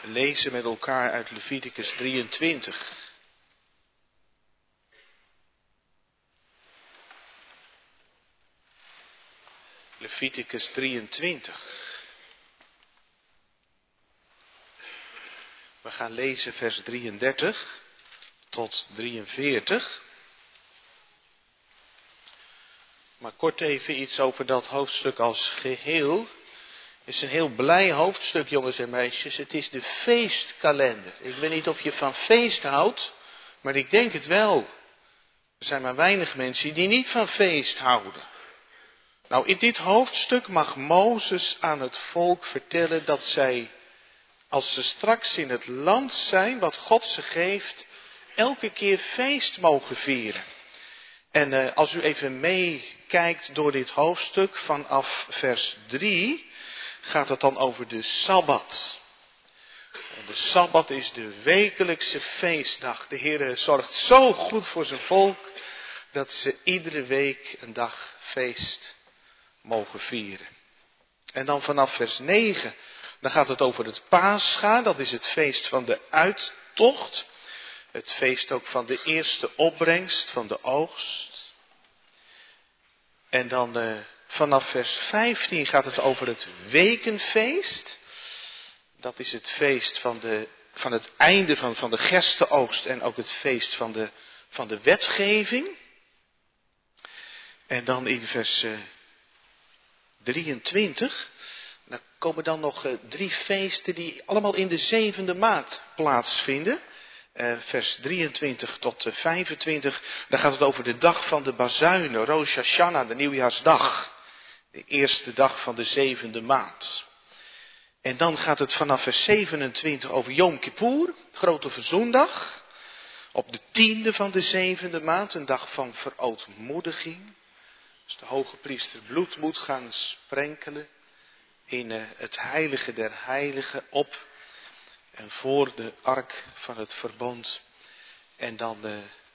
lezen met elkaar uit Leviticus 23. Leviticus 23. We gaan lezen vers 33 tot 43. Maar kort even iets over dat hoofdstuk als geheel. Het is een heel blij hoofdstuk, jongens en meisjes. Het is de feestkalender. Ik weet niet of je van feest houdt, maar ik denk het wel. Er zijn maar weinig mensen die niet van feest houden. Nou, in dit hoofdstuk mag Mozes aan het volk vertellen dat zij, als ze straks in het land zijn wat God ze geeft, elke keer feest mogen vieren. En als u even meekijkt door dit hoofdstuk, vanaf vers 3, gaat het dan over de Sabbat. En de Sabbat is de wekelijkse feestdag. De Heer zorgt zo goed voor zijn volk, dat ze iedere week een dag feest mogen vieren. En dan vanaf vers 9, dan gaat het over het Pascha, dat is het feest van de uittocht. Het feest ook van de eerste opbrengst van de oogst. En dan vanaf vers 15 gaat het over het wekenfeest. Dat is het feest van het einde van de gerstenoogst en ook het feest van de wetgeving. En dan in vers 23, dan komen dan nog 3 feesten die allemaal in de 7e maand plaatsvinden. Vers 23 tot 25, daar gaat het over de dag van de bazuinen, Rosh Hashanah, de nieuwjaarsdag. De eerste dag van de 7e maand. En dan gaat het vanaf vers 27 over Yom Kippur, grote verzoendag. Op de 10e van de 7e maand, een dag van verootmoediging. Dus de hoge priester bloed moet gaan sprenkelen in het heilige der heiligen op en voor de ark van het verbond. En dan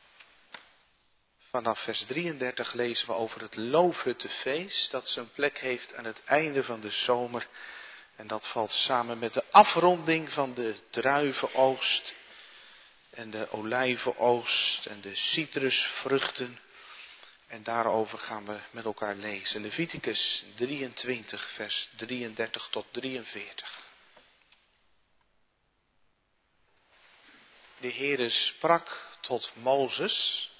vanaf vers 33 lezen we over het loofhuttenfeest, dat zijn plek heeft aan het einde van de zomer. En dat valt samen met de afronding van de druivenoogst en de olijvenoogst en de citrusvruchten. En daarover gaan we met elkaar lezen. Leviticus 23, vers 33 tot 43. De Heere sprak tot Mozes.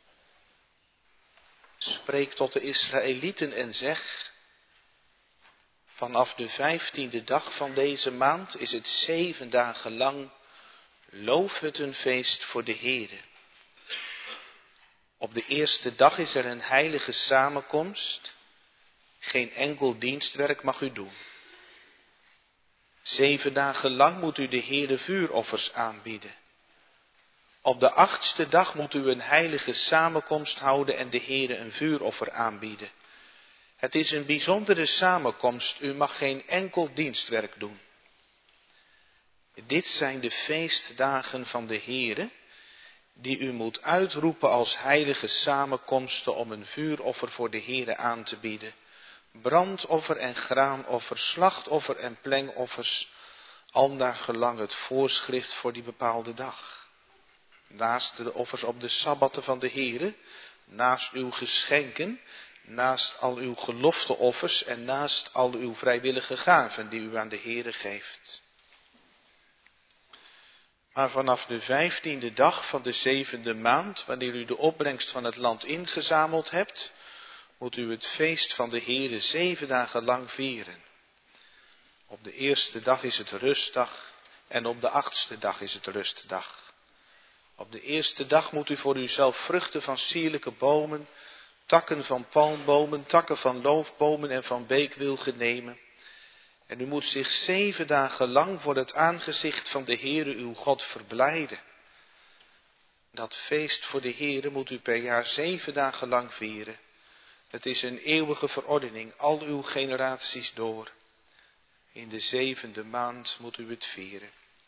Spreek tot de Israëlieten en zeg: vanaf de 15e dag van deze maand is het 7 dagen lang loofhuttenfeest voor de Heere. Op de eerste dag is er een heilige samenkomst. Geen enkel dienstwerk mag u doen. 7 dagen lang moet u de Heere vuuroffers aanbieden. Op de 8e dag moet u een heilige samenkomst houden en de Heere een vuuroffer aanbieden. Het is een bijzondere samenkomst, u mag geen enkel dienstwerk doen. Dit zijn de feestdagen van de Heere, die u moet uitroepen als heilige samenkomsten om een vuuroffer voor de Heere aan te bieden. Brandoffer en graanoffer, slachtoffer en plengoffers, al naar gelang het voorschrift voor die bepaalde dag. Naast de offers op de sabbatten van de Heere, naast uw geschenken, naast al uw gelofteoffers en naast al uw vrijwillige gaven die u aan de Heere geeft. Maar vanaf de 15e dag van de 7e maand, wanneer u de opbrengst van het land ingezameld hebt, moet u het feest van de Heere 7 dagen lang vieren. Op de eerste dag is het rustdag en op de 8e dag is het rustdag. Op de eerste dag moet u voor uzelf vruchten van sierlijke bomen, takken van palmbomen, takken van loofbomen en van beekwilgen nemen. En u moet zich 7 dagen lang voor het aangezicht van de Heere uw God verblijden. Dat feest voor de Heere moet u per jaar 7 dagen lang vieren. Het is een eeuwige verordening, al uw generaties door. In de 7e maand moet u het vieren.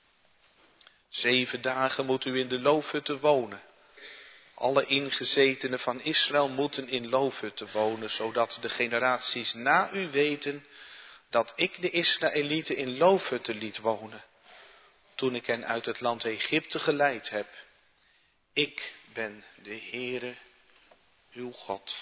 7 dagen moet u in de loofhutten wonen. Alle ingezetenen van Israël moeten in loofhutten wonen, zodat de generaties na u weten dat ik de Israëlieten in loofhutten liet wonen. toen ik hen uit het land Egypte geleid heb. Ik ben de Heere, uw God.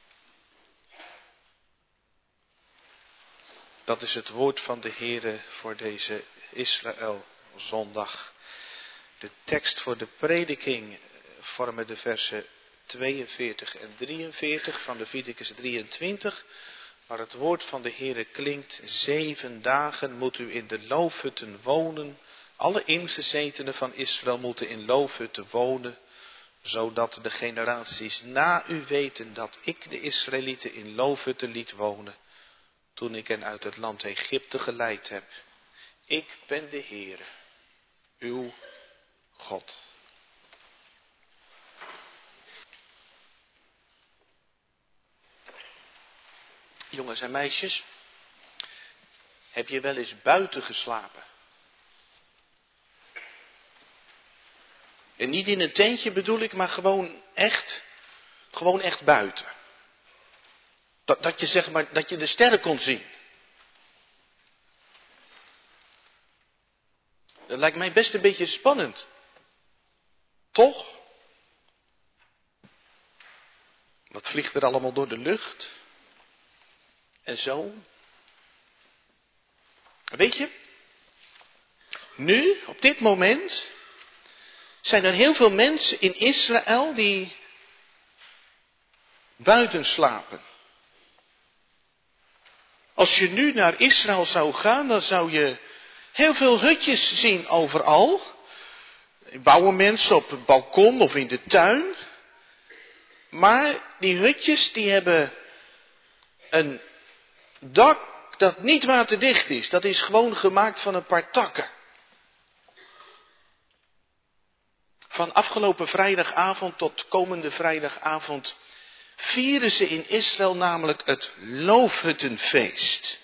Dat is het woord van de Heere voor deze Israël-zondag. De tekst voor de prediking vormen de versen 42 en 43 van Leviticus 23. Maar het woord van de Heere klinkt: 7 dagen moet u in de loofhutten wonen. Alle ingezetenen van Israël moeten in loofhutten wonen, zodat de generaties na u weten dat ik de Israëlieten in loofhutten liet wonen, toen ik hen uit het land Egypte geleid heb. Ik ben de Heere, uw God. Jongens en meisjes, heb je wel eens buiten geslapen? En niet in een tentje bedoel ik, maar gewoon echt buiten. Dat je zeg maar, dat je de sterren kon zien. Dat lijkt mij best een beetje spannend. Toch? Wat vliegt er allemaal door de lucht? En zo. Weet je, nu, op dit moment, zijn er heel veel mensen in Israël die buiten slapen. Als je nu naar Israël zou gaan, dan zou je heel veel hutjes zien overal. Bouwen mensen op het balkon of in de tuin. Maar die hutjes die hebben een dak dat niet waterdicht is. Dat is gewoon gemaakt van een paar takken. Van afgelopen vrijdagavond tot komende vrijdagavond vieren ze in Israël namelijk het loofhuttenfeest.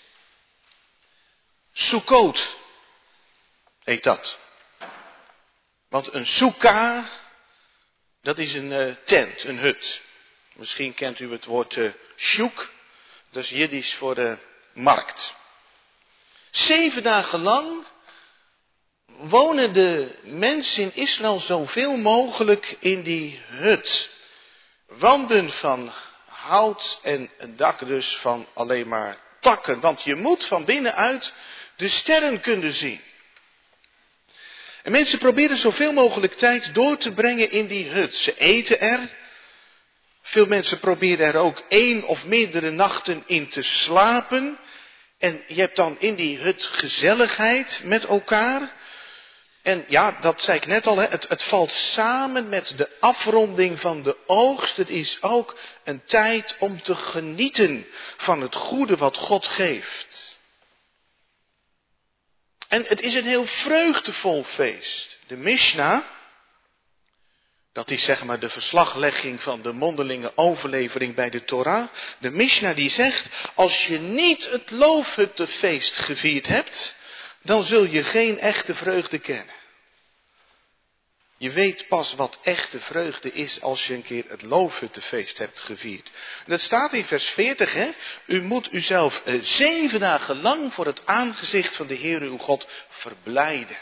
Sukkot heet dat. Want een soeka, dat is een tent, een hut. Misschien kent u het woord shuk, dat is Jiddisch voor de markt. 7 dagen lang wonen de mensen in Israël zoveel mogelijk in die hut. Wanden van hout en een dak dus van alleen maar takken. Want je moet van binnenuit de sterren kunnen zien. En mensen proberen zoveel mogelijk tijd door te brengen in die hut. Ze eten er. Veel mensen proberen er ook 1 of meerdere nachten in te slapen. En je hebt dan in die hut gezelligheid met elkaar. En ja, dat zei ik net al, het valt samen met de afronding van de oogst. Het is ook een tijd om te genieten van het goede wat God geeft. En het is een heel vreugdevol feest. De Mishnah, dat is zeg maar de verslaglegging van de mondelinge overlevering bij de Torah. De Mishnah die zegt, als je niet het loofhuttenfeest gevierd hebt, dan zul je geen echte vreugde kennen. Je weet pas wat echte vreugde is als je een keer het loofhuttenfeest hebt gevierd. Dat staat in vers 40, hè. U moet uzelf 7 dagen lang voor het aangezicht van de Heer uw God verblijden.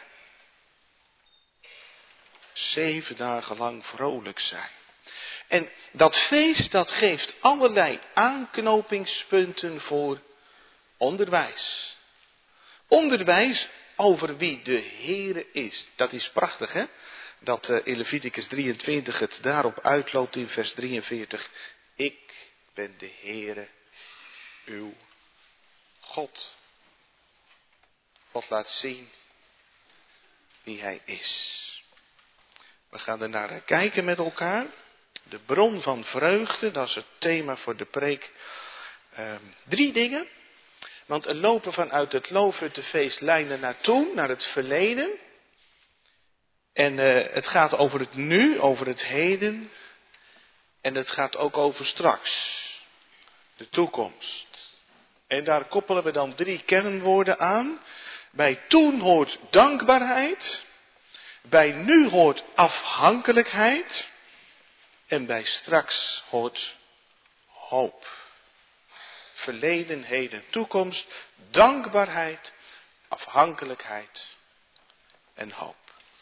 7 dagen lang vrolijk zijn. En dat feest dat geeft allerlei aanknopingspunten voor onderwijs. Onderwijs over wie de Heere is. Dat is prachtig, hè? Dat in Leviticus 23 het daarop uitloopt in vers 43. Ik ben de Heere, uw God. God laat zien wie hij is. We gaan er naar kijken met elkaar. De bron van vreugde, dat is het thema voor de preek. 3 dingen. Want er lopen vanuit het loofhuttenfeest lijnen naartoe, naar het verleden. En het gaat over het nu, over het heden. En het gaat ook over straks. De toekomst. En daar koppelen we dan 3 kernwoorden aan. Bij toen hoort dankbaarheid. Bij nu hoort afhankelijkheid. En bij straks hoort hoop. Verleden, heden, toekomst. Dankbaarheid, afhankelijkheid en hoop.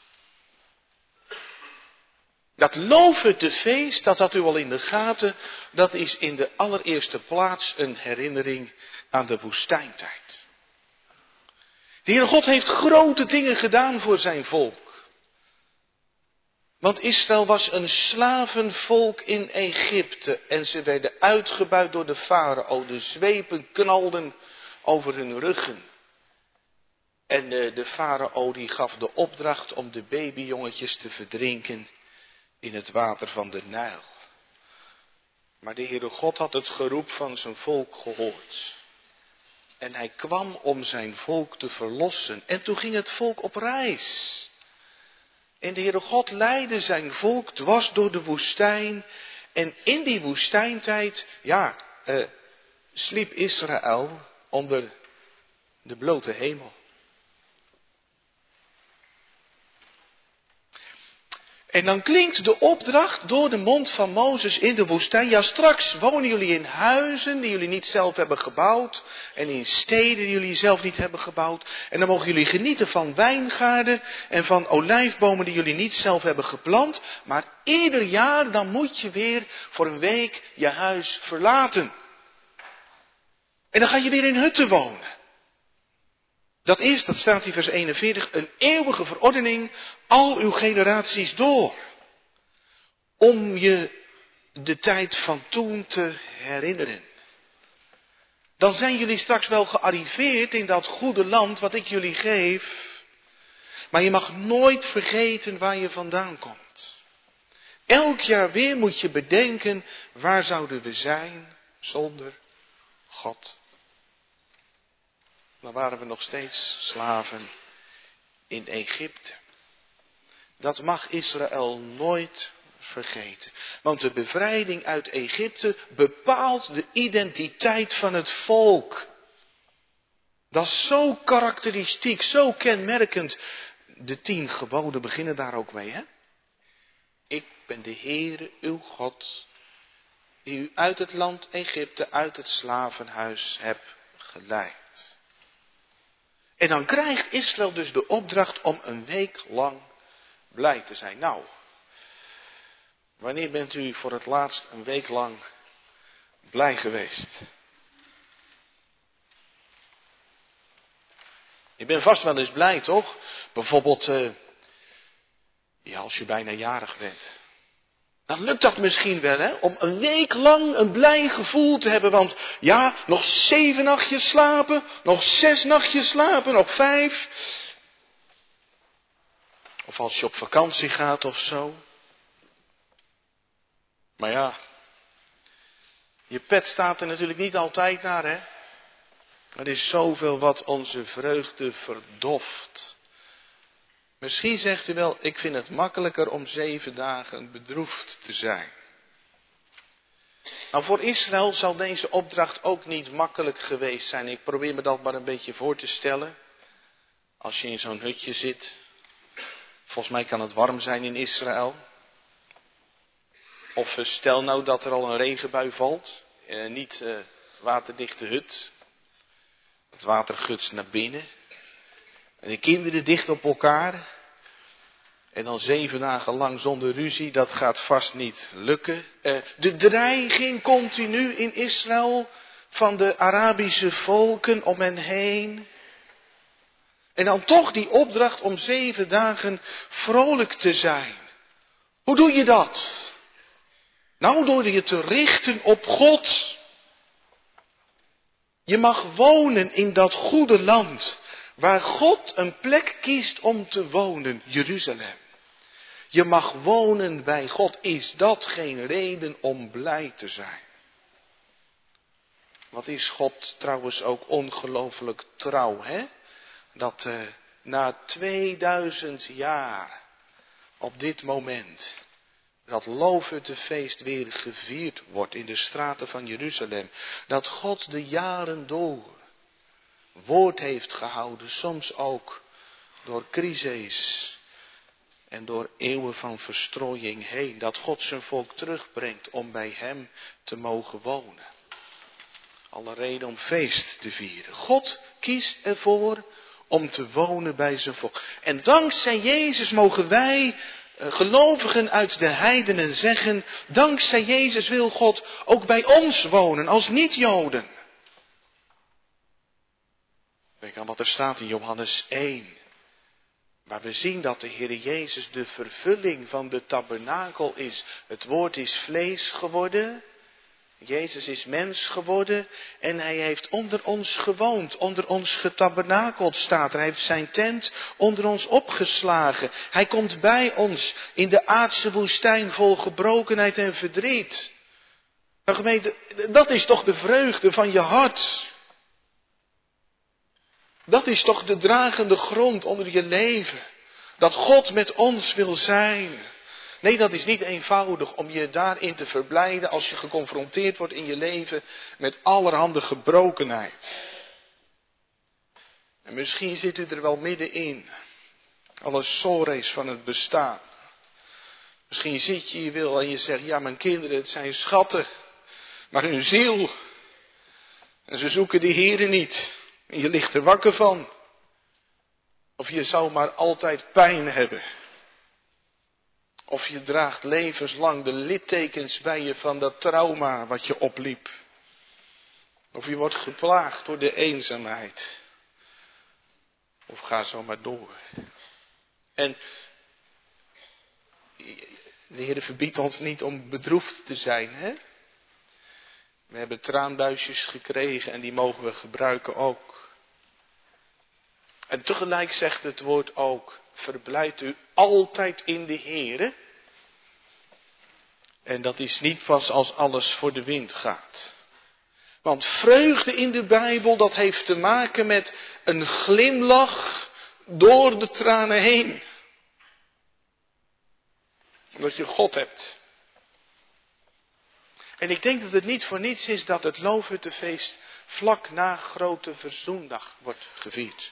Dat loofhuttenfeest, dat had u al in de gaten, dat is in de allereerste plaats een herinnering aan de woestijntijd. De Heere God heeft grote dingen gedaan voor zijn volk. Want Israël was een slavenvolk in Egypte en ze werden uitgebuit door de farao. De zweepen knalden over hun ruggen. En de farao die gaf de opdracht om de babyjongetjes te verdrinken in het water van de Nijl. Maar de Heere God had het geroep van zijn volk gehoord. En hij kwam om zijn volk te verlossen. En toen ging het volk op reis. En de Heere God leidde zijn volk dwars door de woestijn. En in die woestijntijd, sliep Israël onder de blote hemel. En dan klinkt de opdracht door de mond van Mozes in de woestijn. Ja, straks wonen jullie in huizen die jullie niet zelf hebben gebouwd. En in steden die jullie zelf niet hebben gebouwd. En dan mogen jullie genieten van wijngaarden en van olijfbomen die jullie niet zelf hebben geplant. Maar ieder jaar dan moet je weer voor een week je huis verlaten. En dan ga je weer in hutten wonen. Dat is, dat staat in vers 41, een eeuwige verordening al uw generaties door. Om je de tijd van toen te herinneren. Dan zijn jullie straks wel gearriveerd in dat goede land wat ik jullie geef. Maar je mag nooit vergeten waar je vandaan komt. Elk jaar weer moet je bedenken, waar zouden we zijn zonder God? Dan waren we nog steeds slaven in Egypte. Dat mag Israël nooit vergeten. Want de bevrijding uit Egypte bepaalt de identiteit van het volk. Dat is zo karakteristiek, zo kenmerkend. De 10 geboden beginnen daar ook mee, hè? Ik ben de Heere, uw God, die u uit het land Egypte, uit het slavenhuis heb geleid. En dan krijgt Israël dus de opdracht om een week lang blij te zijn. Nou, wanneer bent u voor het laatst een week lang blij geweest? Je bent vast wel eens blij, toch? Bijvoorbeeld, als je bijna jarig bent. Dan lukt dat misschien wel, hè? Om een week lang een blij gevoel te hebben. Want ja, nog 7 nachtjes slapen, nog 6 nachtjes slapen, nog 5. Of als je op vakantie gaat of zo. Maar ja, je pet staat er natuurlijk niet altijd naar, hè? Er is zoveel wat onze vreugde verdoft. Misschien zegt u wel, ik vind het makkelijker om 7 dagen bedroefd te zijn. Nou, voor Israël zal deze opdracht ook niet makkelijk geweest zijn. Ik probeer me dat maar een beetje voor te stellen. Als je in zo'n hutje zit. Volgens mij kan het warm zijn in Israël. Of stel nou dat er al een regenbui valt. Niet waterdichte hut. Het water gutst naar binnen. En de kinderen dicht op elkaar. En dan 7 dagen lang zonder ruzie, dat gaat vast niet lukken. De dreiging continu in Israël van de Arabische volken om hen heen. En dan toch die opdracht om 7 dagen vrolijk te zijn. Hoe doe je dat? Nou, door je te richten op God. Je mag wonen in dat goede land. Waar God een plek kiest om te wonen, Jeruzalem. Je mag wonen bij God. Is dat geen reden om blij te zijn? Wat is God trouwens ook ongelooflijk trouw, hè? Dat na 2000 jaar op dit moment dat loofhuttenfeest weer gevierd wordt in de straten van Jeruzalem. Dat God de jaren door woord heeft gehouden, soms ook door crises en door eeuwen van verstrooiing heen. Dat God zijn volk terugbrengt om bij hem te mogen wonen. Alle reden om feest te vieren. God kiest ervoor om te wonen bij zijn volk. En dankzij Jezus mogen wij, gelovigen uit de heidenen, zeggen, dankzij Jezus wil God ook bij ons wonen als niet-Joden. Denk aan wat er staat in Johannes 1. Waar we zien dat de Heer Jezus de vervulling van de tabernakel is. Het woord is vlees geworden. Jezus is mens geworden en hij heeft onder ons gewoond, onder ons getabernakeld staat er. Hij heeft zijn tent onder ons opgeslagen. Hij komt bij ons in de aardse woestijn vol gebrokenheid en verdriet. Nou gemeente, dat is toch de vreugde van je hart. Dat is toch de dragende grond onder je leven. Dat God met ons wil zijn. Nee, dat is niet eenvoudig om je daarin te verblijden als je geconfronteerd wordt in je leven met allerhande gebrokenheid. En misschien zit u er wel middenin. Alle sores van het bestaan. Misschien zit je hier wel en je zegt, ja mijn kinderen het zijn schatten. Maar hun ziel. En ze zoeken de Heere niet. En je ligt er wakker van. Of je zou maar altijd pijn hebben. Of je draagt levenslang de littekens bij je van dat trauma wat je opliep. Of je wordt geplaagd door de eenzaamheid. Of ga zo maar door. En de Heer verbiedt ons niet om bedroefd te zijn, hè? We hebben traanbuisjes gekregen en die mogen we gebruiken ook. En tegelijk zegt het woord ook, verblijdt u altijd in de Heere. En dat is niet pas als alles voor de wind gaat. Want vreugde in de Bijbel, dat heeft te maken met een glimlach door de tranen heen. Omdat je God hebt. En ik denk dat het niet voor niets is dat het Loofhuttenfeest vlak na Grote Verzoendag wordt gevierd.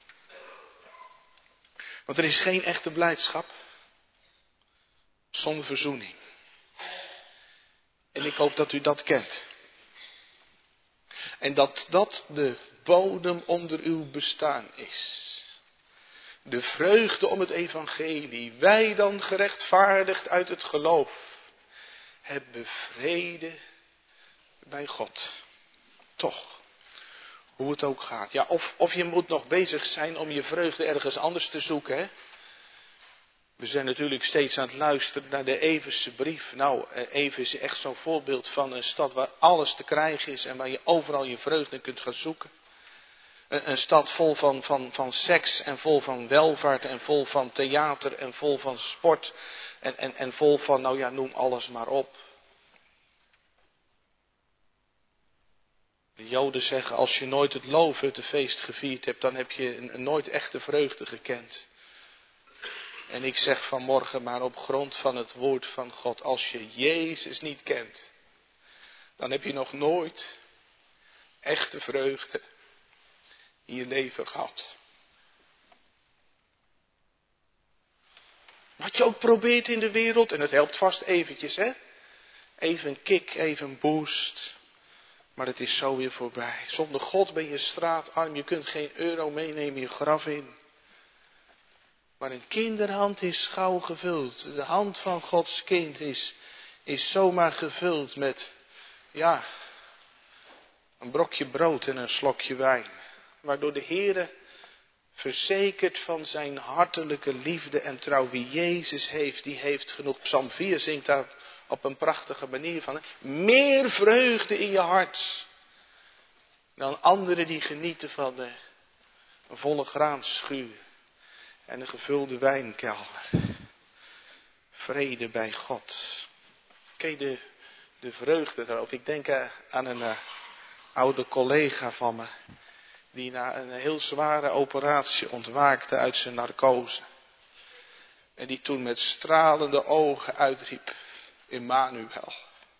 Want er is geen echte blijdschap zonder verzoening. En ik hoop dat u dat kent. En dat dat de bodem onder uw bestaan is. De vreugde om het evangelie. Wij dan gerechtvaardigd uit het geloof. Hebben vrede bij God. Toch. Hoe het ook gaat. Ja, of je moet nog bezig zijn om je vreugde ergens anders te zoeken. Hè? We zijn natuurlijk steeds aan het luisteren naar de Everse brief. Nou, Even is echt zo'n voorbeeld van een stad waar alles te krijgen is. En waar je overal je vreugde kunt gaan zoeken. Een stad vol van seks en vol van welvaart en vol van theater en vol van sport. En vol van, nou ja, noem alles maar op. De Joden zeggen, als je nooit het Loofhuttenfeest gevierd hebt, dan heb je nooit echte vreugde gekend. En ik zeg vanmorgen maar op grond van het woord van God, als je Jezus niet kent, dan heb je nog nooit echte vreugde in je leven gehad. Wat je ook probeert in de wereld, en het helpt vast eventjes, hè. Even een kick, even een boost. Maar het is zo weer voorbij. Zonder God ben je straatarm, je kunt geen euro meenemen je graf in. Maar een kinderhand is gauw gevuld. De hand van Gods kind is zomaar gevuld met, ja, een brokje brood en een slokje wijn. Waardoor de Heere verzekerd van zijn hartelijke liefde en trouw. Wie Jezus heeft, die heeft genoeg. Psalm 4 zingt daar op een prachtige manier van. Meer vreugde in je hart dan anderen die genieten van een volle graanschuur en een gevulde wijnkelder. Vrede bij God. Ken je de vreugde daarover? Ik denk aan een oude collega van me. Die na een heel zware operatie ontwaakte uit zijn narcose. En die toen met stralende ogen uitriep. Immanuel.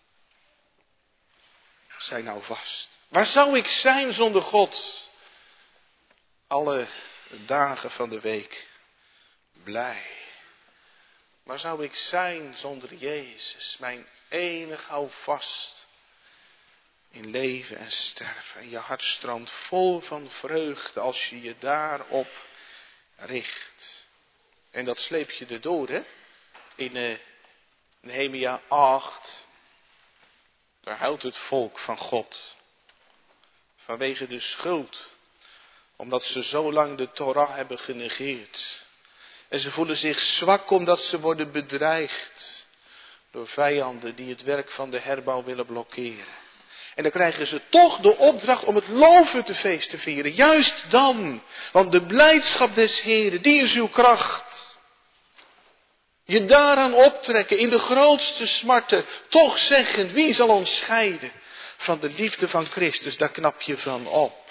Zij nou vast. Waar zou ik zijn zonder God? Alle dagen van de week. Blij. Waar zou ik zijn zonder Jezus? Mijn enig houvast. in leven en sterven. En je hart stroomt vol van vreugde als je je daarop richt. En dat sleep je erdoor, hè? In Nehemia 8. Daar huilt het volk van God. Vanwege de schuld. Omdat ze zo lang de Torah hebben genegeerd. En ze voelen zich zwak omdat ze worden bedreigd. Door vijanden die het werk van de herbouw willen blokkeren. En dan krijgen ze toch de opdracht om het Loofhuttenfeest te vieren. Juist dan. Want de blijdschap des Heren, die is uw kracht. Je daaraan optrekken in de grootste smarten. Toch zeggen, wie zal ons scheiden van de liefde van Christus? Daar knap je van op.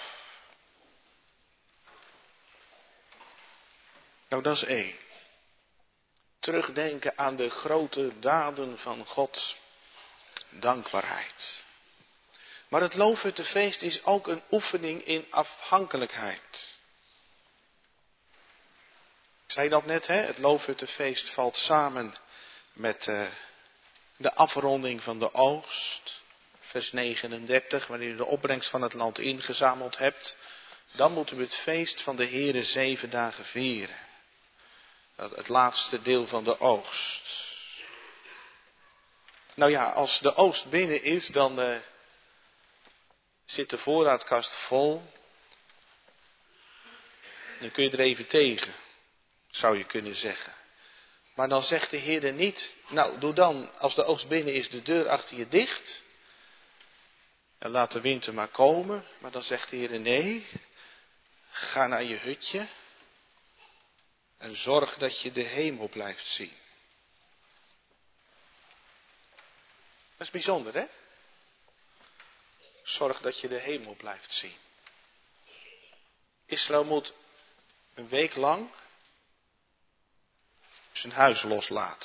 Nou, dat is één. Terugdenken aan de grote daden van God. Dankbaarheid. Maar het Loofhuttenfeest is ook een oefening in afhankelijkheid. Ik zei dat net, hè? Het Loofhuttenfeest valt samen met de afronding van de oogst. Vers 39, wanneer u de opbrengst van het land ingezameld hebt. Dan moeten we het feest van de Heere 7 dagen vieren. Het laatste deel van de oogst. Nou ja, als de oogst binnen is, dan zit de voorraadkast vol. Dan kun je er even tegen, zou je kunnen zeggen. Maar dan zegt de Heer niet, nou doe dan, als de oogst binnen is, de deur achter je dicht. En laat de winter maar komen. Maar dan zegt de Heer, nee, ga naar je hutje. En zorg dat je de hemel blijft zien. Dat is bijzonder, hè? Zorg dat je de hemel blijft zien. Israël moet een week lang zijn huis loslaten.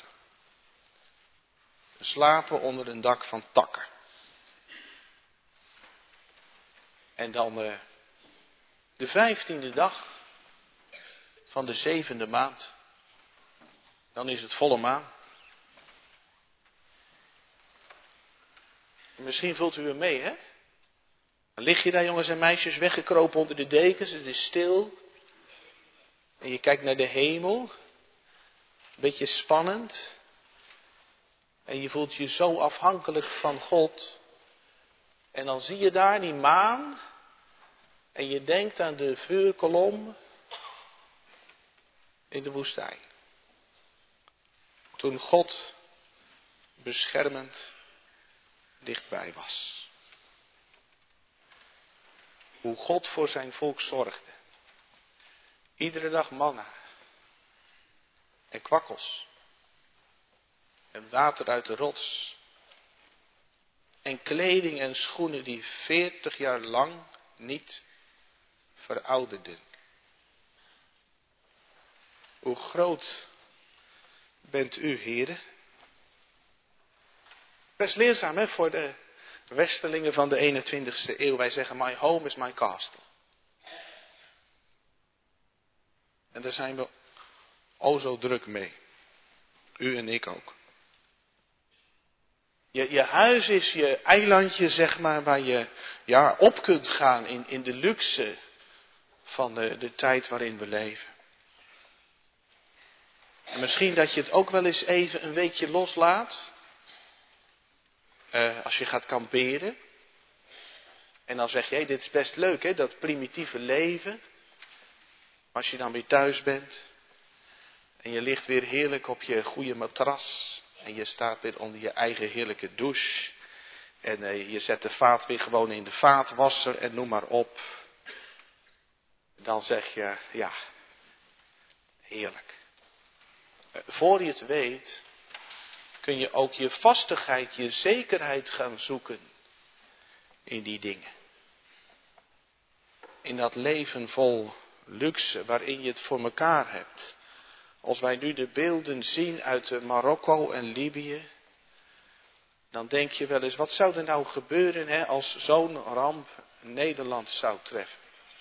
Slapen onder een dak van takken. En dan de 15e dag van de 7e maand. Dan is het volle maan. Misschien voelt u hem mee, hè? Dan lig je daar, jongens en meisjes, weggekropen onder de dekens. Het is stil. En je kijkt naar de hemel. Een beetje spannend. En je voelt je zo afhankelijk van God. En dan zie je daar die maan. En je denkt aan de vuurkolom in de woestijn. Toen God beschermend dichtbij was. Hoe God voor zijn volk zorgde. Iedere dag manna. En kwakkels. En water uit de rots. En kleding en schoenen die 40 jaar lang niet verouderden. Hoe groot bent u, heren? Best leerzaam, hè, voor de westerlingen van de 21ste eeuw. Wij zeggen, my home is my castle. En daar zijn we zo druk mee. U en ik ook. Je huis is je eilandje, zeg maar, waar je op kunt gaan in de luxe van de tijd waarin we leven. En misschien dat je het ook wel eens even een weekje loslaat. Als je gaat kamperen. En dan zeg je, dit is best leuk, hè, dat primitieve leven. Maar als je dan weer thuis bent. En je ligt weer heerlijk op je goede matras. En je staat weer onder je eigen heerlijke douche. En je zet de vaat weer gewoon in de vaatwasser en noem maar op. Dan zeg je, ja, heerlijk. Voor je het weet, kun je ook je vastigheid, je zekerheid gaan zoeken in die dingen. In dat leven vol luxe waarin je het voor elkaar hebt. Als wij nu de beelden zien uit Marokko en Libië, dan denk je wel eens, wat zou er nou gebeuren, hè, als zo'n ramp Nederland zou treffen?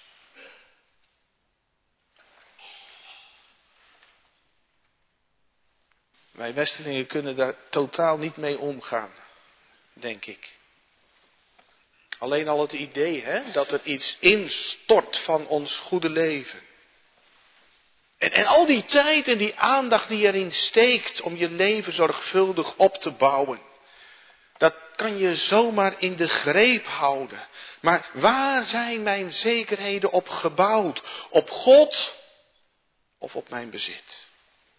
Wij Westelingen kunnen daar totaal niet mee omgaan, denk ik. Alleen al het idee, dat er iets instort van ons goede leven. En al die tijd en die aandacht die erin steekt om je leven zorgvuldig op te bouwen. Dat kan je zomaar in de greep houden. Maar waar zijn mijn zekerheden op gebouwd? Op God of op mijn bezit?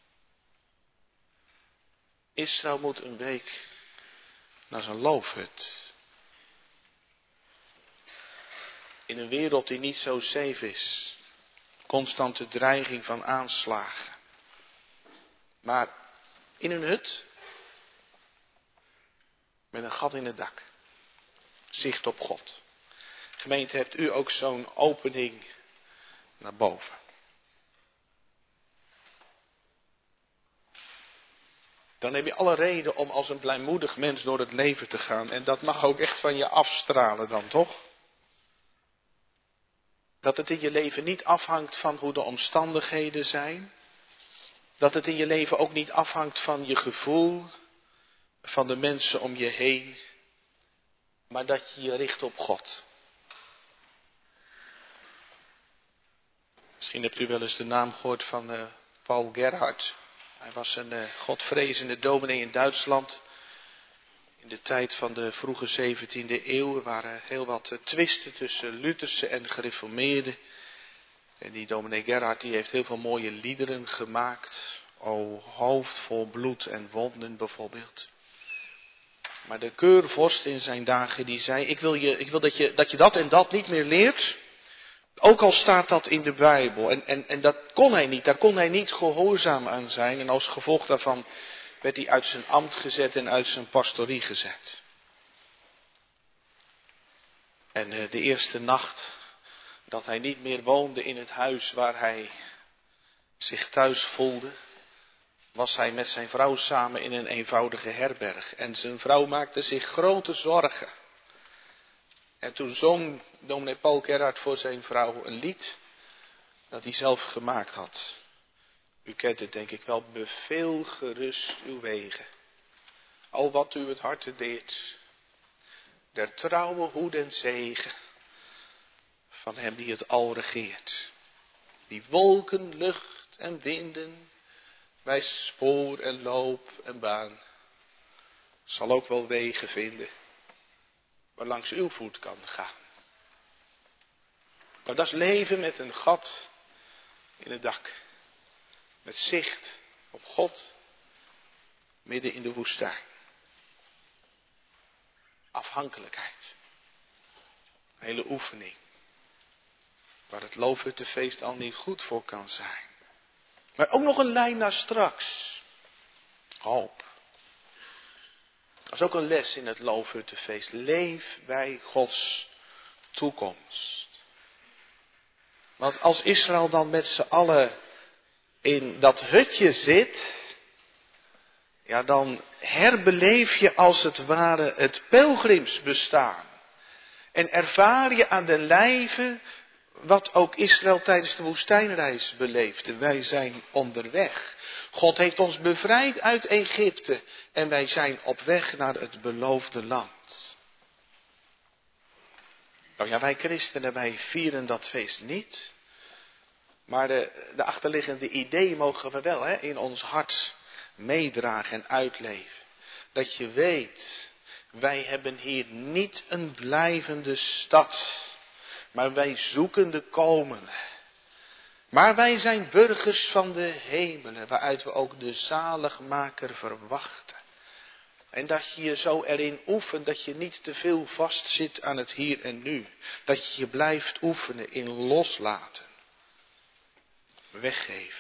Israël moet een week naar zijn loofhut. In een wereld die niet zo safe is. Constante dreiging van aanslagen. Maar in een hut. Met een gat in het dak. Zicht op God. Gemeente, hebt u ook zo'n opening naar boven? Dan heb je alle reden om als een blijmoedig mens door het leven te gaan. En dat mag ook echt van je afstralen dan, toch? Dat het in je leven niet afhangt van hoe de omstandigheden zijn. Dat het in je leven ook niet afhangt van je gevoel, van de mensen om je heen. Maar dat je je richt op God. Misschien hebt u wel eens de naam gehoord van Paul Gerhardt. Hij was een godvrezende dominee in Duitsland. In de tijd van de vroege 17e eeuw. Er waren heel wat twisten tussen Lutherse en gereformeerden. En die dominee Gerhardt die heeft heel veel mooie liederen gemaakt. O hoofd vol bloed en wonden bijvoorbeeld. Maar de keurvorst in zijn dagen die zei, ik wil dat je dat en dat niet meer leert. Ook al staat dat in de Bijbel. En dat kon hij niet. Daar kon hij niet gehoorzaam aan zijn. En als gevolg daarvan werd hij uit zijn ambt gezet en uit zijn pastorie gezet. En de eerste nacht dat hij niet meer woonde in het huis waar hij zich thuis voelde, was hij met zijn vrouw samen in een eenvoudige herberg. En zijn vrouw maakte zich grote zorgen. En toen zong dominee Paul Gerhardt voor zijn vrouw een lied dat hij zelf gemaakt had. U kent het denk ik wel. Beveel gerust uw wegen. Al wat u het harte deert. Der trouwe hoed en zegen. Van hem die het al regeert. Die wolken, lucht en winden. Wijst spoor en loop en baan. Zal ook wel wegen vinden. Waar langs uw voet kan gaan. Maar dat is leven met een gat in het dak. Met zicht op God. Midden in de woestijn. Afhankelijkheid. Een hele oefening. Waar het loofhuttenfeest al niet goed voor kan zijn. Maar ook nog een lijn naar straks. Hoop. Dat is ook een les in het loofhuttenfeest. Leef bij Gods toekomst. Want als Israël dan met z'n allen in dat hutje zit, ja, dan herbeleef je als het ware het pelgrimsbestaan. En ervaar je aan de lijve wat ook Israël tijdens de woestijnreis beleefde. Wij zijn onderweg. God heeft ons bevrijd uit Egypte en wij zijn op weg naar het beloofde land. Nou ja, wij christenen, wij vieren dat feest niet. Maar de achterliggende ideeën mogen we wel in ons hart meedragen en uitleven. Dat je weet, wij hebben hier niet een blijvende stad. Maar wij zoeken de komende. Maar wij zijn burgers van de hemelen, waaruit we ook de zaligmaker verwachten. En dat je je zo erin oefent dat je niet te veel vastzit aan het hier en nu. Dat je je blijft oefenen in loslaten. Weggeven.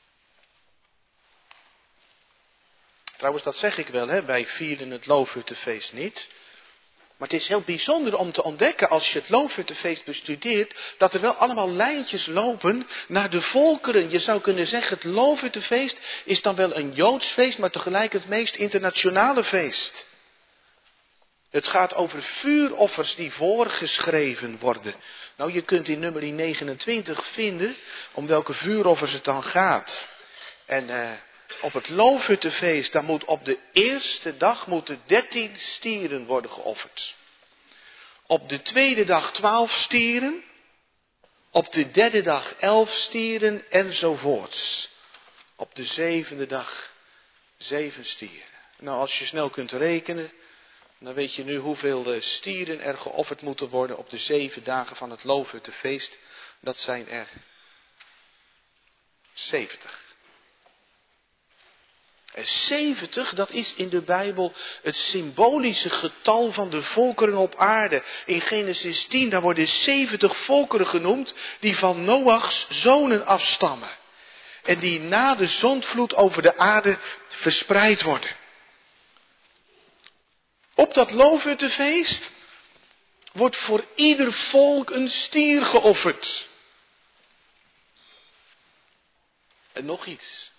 Trouwens, dat zeg ik wel, wij vieren het loofhuttenfeest niet. Maar het is heel bijzonder om te ontdekken als je het loofhuttenfeest bestudeert, dat er wel allemaal lijntjes lopen naar de volkeren. Je zou kunnen zeggen, het loofhuttenfeest is dan wel een Joods feest, maar tegelijk het meest internationale feest. Het gaat over vuuroffers die voorgeschreven worden. Nou, je kunt in nummer 29 vinden om welke vuuroffers het dan gaat. En op het loofhuttenfeest, dan moet op de eerste dag 13 stieren worden geofferd. Op de tweede dag 12 stieren. Op de derde dag 11 stieren enzovoorts. Op de zevende dag 7 stieren. Nou, als je snel kunt rekenen, dan weet je nu hoeveel stieren er geofferd moeten worden op de 7 dagen van het Loofhuttenfeest. Dat zijn er 70. En 70, dat is in de Bijbel het symbolische getal van de volkeren op aarde. In Genesis 10, daar worden 70 volkeren genoemd die van Noachs zonen afstammen. En die na de zondvloed over de aarde verspreid worden. Op dat Loofhuttenfeest wordt voor ieder volk een stier geofferd. En nog iets.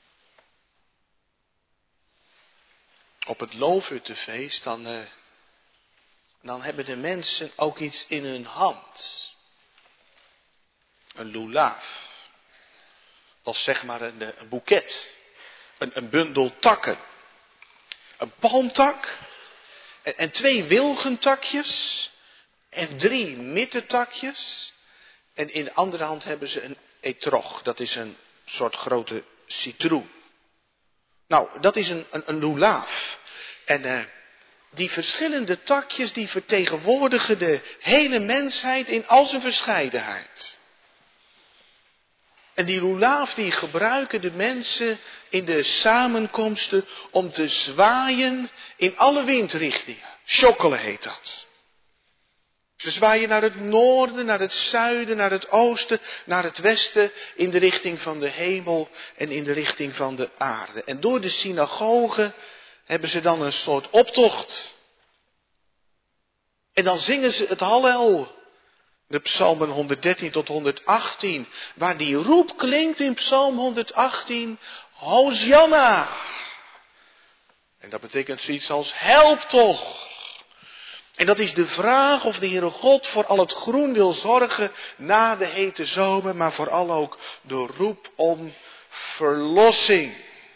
Op het Loofhuttenfeest dan hebben de mensen ook iets in hun hand. Een lulaaf. Dat is zeg maar een boeket. Een bundel takken. Een palmtak. En 2 wilgentakjes. En 3 mittentakjes. En in de andere hand hebben ze een etrog. Dat is een soort grote citroen. Nou, dat is een lulaaf. En die verschillende takjes die vertegenwoordigen de hele mensheid in al zijn verscheidenheid. En die lulaaf die gebruiken de mensen in de samenkomsten om te zwaaien in alle windrichtingen. Sjokkelen heet dat. Ze zwaaien naar het noorden, naar het zuiden, naar het oosten, naar het westen, in de richting van de hemel en in de richting van de aarde. En door de synagoge hebben ze dan een soort optocht. En dan zingen ze het Hallel. De psalmen 113 tot 118, waar die roep klinkt in psalm 118, Hosanna. En dat betekent zoiets als help toch. En dat is de vraag of de Heere God voor al het groen wil zorgen na de hete zomer, maar vooral ook de roep om verlossing.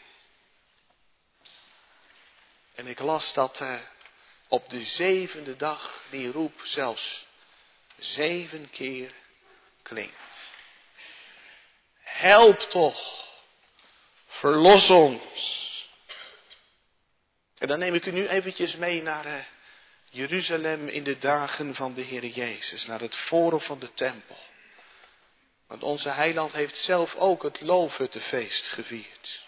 En ik las dat op de 7e dag die roep zelfs 7 keer klinkt. Help toch, verlos ons. En dan neem ik u nu eventjes mee naar Jeruzalem in de dagen van de Heer Jezus, naar het Forum van de tempel. Want onze heiland heeft zelf ook het Loofhuttenfeest gevierd.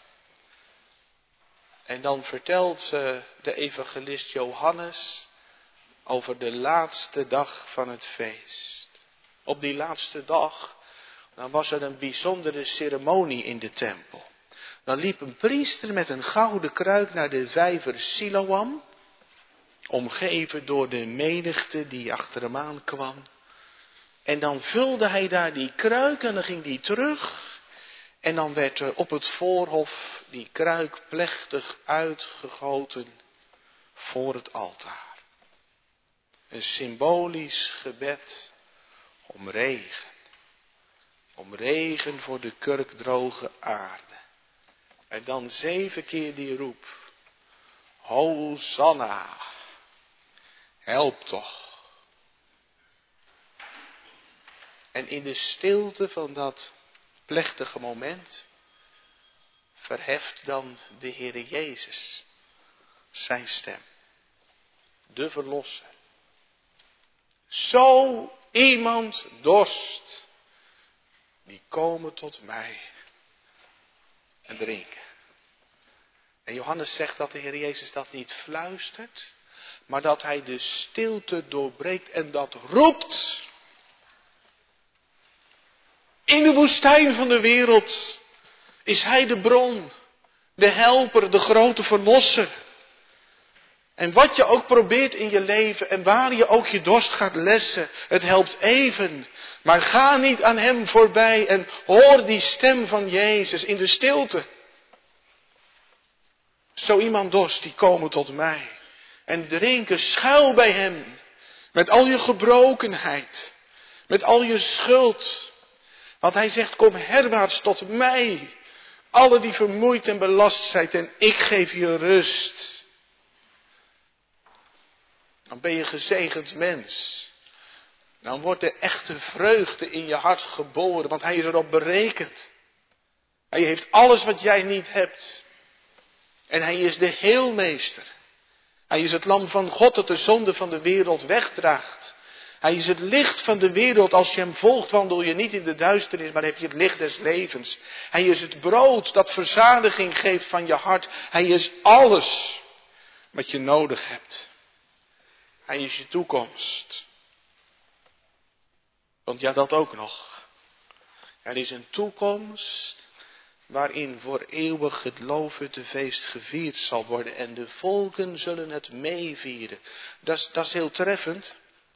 En dan vertelt de evangelist Johannes over de laatste dag van het feest. Op die laatste dag, dan was er een bijzondere ceremonie in de tempel. Dan liep een priester met een gouden kruik naar de vijver Siloam, omgeven door de menigte die achter hem aankwam. En dan vulde hij daar die kruik en dan ging die terug. En dan werd er op het voorhof die kruik plechtig uitgegoten voor het altaar. Een symbolisch gebed om regen. Om regen voor de kurkdroge aarde. En dan 7 keer die roep. Hosanna. Help toch. En in de stilte van dat plechtige moment verheft dan de Heere Jezus zijn stem. De Verlosser. Zo iemand dorst, die komen tot mij en drinken. En Johannes zegt dat de Heer Jezus dat niet fluistert, maar dat hij de stilte doorbreekt en dat roept. In de woestijn van de wereld is hij de bron, de helper, de grote verlosser. En wat je ook probeert in je leven en waar je ook je dorst gaat lessen, het helpt even. Maar ga niet aan hem voorbij en hoor die stem van Jezus in de stilte. Zo iemand dorst, die komen tot mij. En drinken schuil bij hem. Met al je gebrokenheid. Met al je schuld. Want hij zegt, kom herwaarts tot mij. Alle die vermoeid en belast zijn en ik geef je rust. Dan ben je gezegend mens. Dan wordt de echte vreugde in je hart geboren, want hij is erop berekend. Hij heeft alles wat jij niet hebt. En hij is de heelmeester. Hij is het lam van God dat de zonde van de wereld wegdraagt. Hij is het licht van de wereld. Als je hem volgt, wandel je niet in de duisternis, maar heb je het licht des levens. Hij is het brood dat verzadiging geeft van je hart. Hij is alles wat je nodig hebt. Hij is je toekomst. Want ja, dat ook nog. Er is een toekomst waarin voor eeuwig het Loofhuttenfeest gevierd zal worden. En de volken zullen het meevieren. Dat is heel treffend.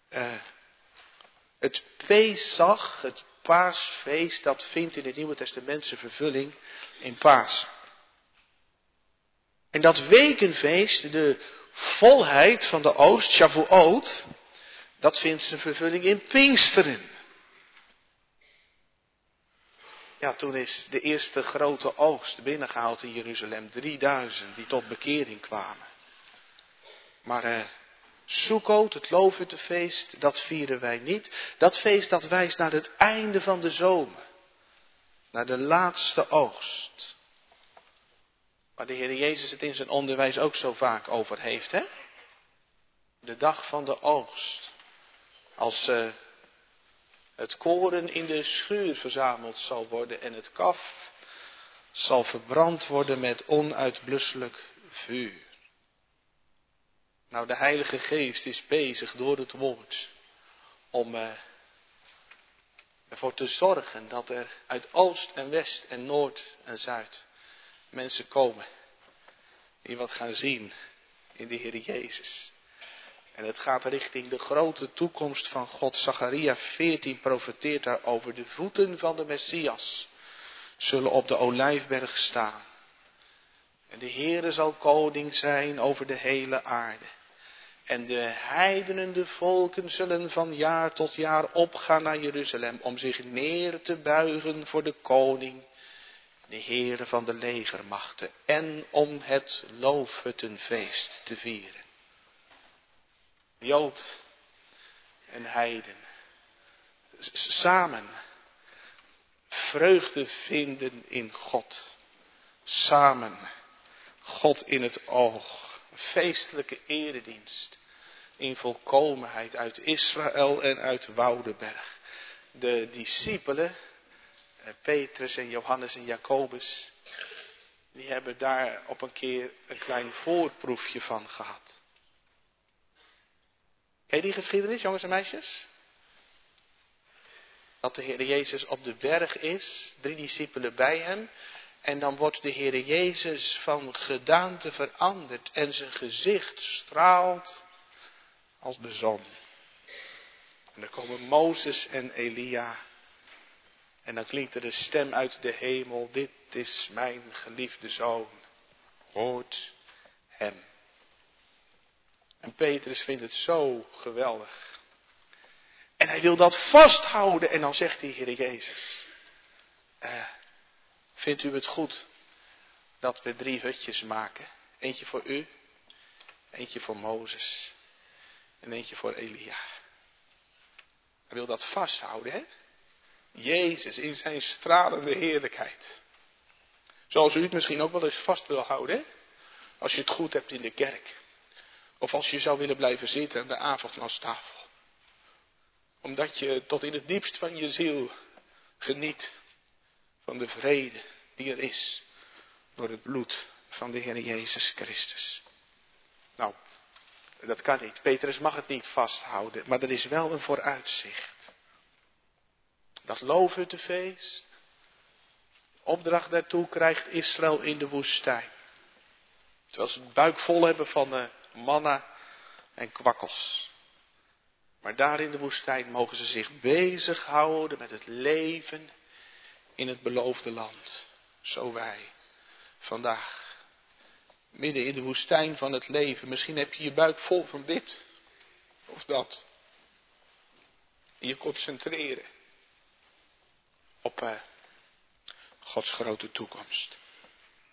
Het Pesach, het paasfeest, dat vindt in het Nieuwe Testament zijn vervulling in Pasen. En dat wekenfeest, de volheid van de oost, Shavuot, dat vindt zijn vervulling in Pinksteren. Ja, toen is de eerste grote oogst binnengehaald in Jeruzalem. 3000 die tot bekering kwamen. Maar Sukkot, het Loofhuttenfeest, dat vieren wij niet. Dat feest dat wijst naar het einde van de zomer. Naar de laatste oogst. Waar de Heer Jezus het in zijn onderwijs ook zo vaak over heeft, hè? De dag van de oogst. Als het koren in de schuur verzameld zal worden en het kaf zal verbrand worden met onuitblusselijk vuur. Nou, de Heilige Geest is bezig door het woord om ervoor te zorgen dat er uit oost en west en noord en zuid mensen komen die wat gaan zien in de Heer Jezus. En het gaat richting de grote toekomst van God. Zacharia 14 profeteert daarover. De voeten van de Messias zullen op de Olijfberg staan. En de Heere zal koning zijn over de hele aarde. En de heidenen, de volken, zullen van jaar tot jaar opgaan naar Jeruzalem om zich neer te buigen voor de koning, de Heere van de legermachten, en om het Loofhuttenfeest te vieren. Jood en heiden samen vreugde vinden in God. Samen God in het oog. Een feestelijke eredienst in volkomenheid uit Israël en uit Woudenberg. De discipelen, Petrus en Johannes en Jacobus, die hebben daar op een keer een klein voorproefje van gehad. Ken je die geschiedenis, jongens en meisjes? Dat de Heer Jezus op de berg is, 3 discipelen bij hem. En dan wordt de Heer Jezus van gedaante veranderd en zijn gezicht straalt als de zon. En er komen Mozes en Elia. En dan klinkt er de stem uit de hemel: dit is mijn geliefde zoon, hoort hem. En Petrus vindt het zo geweldig. En hij wil dat vasthouden. En dan zegt de Heer Jezus: vindt u het goed dat we 3 hutjes maken? Eentje voor u, eentje voor Mozes en eentje voor Elia. Hij wil dat vasthouden, hè? Jezus in zijn stralende heerlijkheid. Zoals u het misschien ook wel eens vast wil houden, hè? Als je het goed hebt in de kerk. Of als je zou willen blijven zitten aan de avondmaalstafel. Omdat je tot in het diepst van je ziel geniet van de vrede die er is door het bloed van de Heer Jezus Christus. Nou, dat kan niet. Petrus mag het niet vasthouden, maar er is wel een vooruitzicht. Dat Loofhuttenfeest, opdracht daartoe krijgt Israël in de woestijn. Terwijl ze het buik vol hebben van manna en kwakkels. Maar daar in de woestijn mogen ze zich bezighouden met het leven in het beloofde land. Zo wij vandaag. Midden in de woestijn van het leven. Misschien heb je je buik vol van dit of dat. En je concentreren op Gods grote toekomst.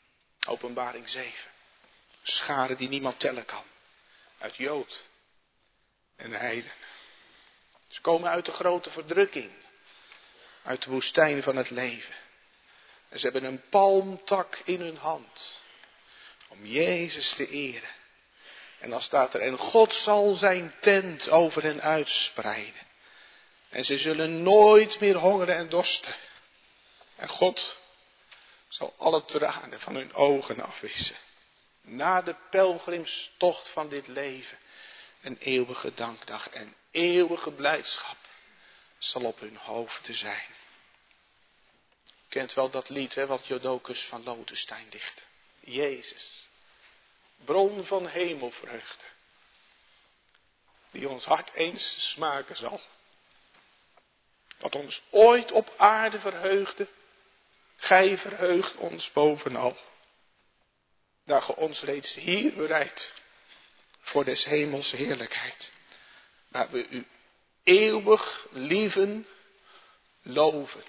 Openbaring 7. Scharen die niemand tellen kan. Uit Jood en heidenen. Ze komen uit de grote verdrukking. Uit de woestijn van het leven. En ze hebben een palmtak in hun hand. Om Jezus te eren. En dan staat er, en God zal zijn tent over hen uitspreiden. En ze zullen nooit meer hongeren en dorsten. En God zal alle tranen van hun ogen afwissen. Na de pelgrimstocht van dit leven. Een eeuwige dankdag en eeuwige blijdschap zal op hun hoofden zijn. U kent wel dat lied, hè, wat Jodocus van Lodenstein dichtte. Jezus, bron van hemelvreugde, die ons hart eens smaken zal. Wat ons ooit op aarde verheugde, gij verheugt ons bovenal. Daar ge ons reeds hier bereidt voor des hemels heerlijkheid. Waar we u eeuwig lieven, loven.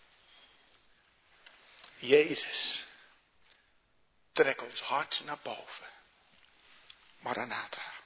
Jezus, trek ons hart naar boven. Maranatha.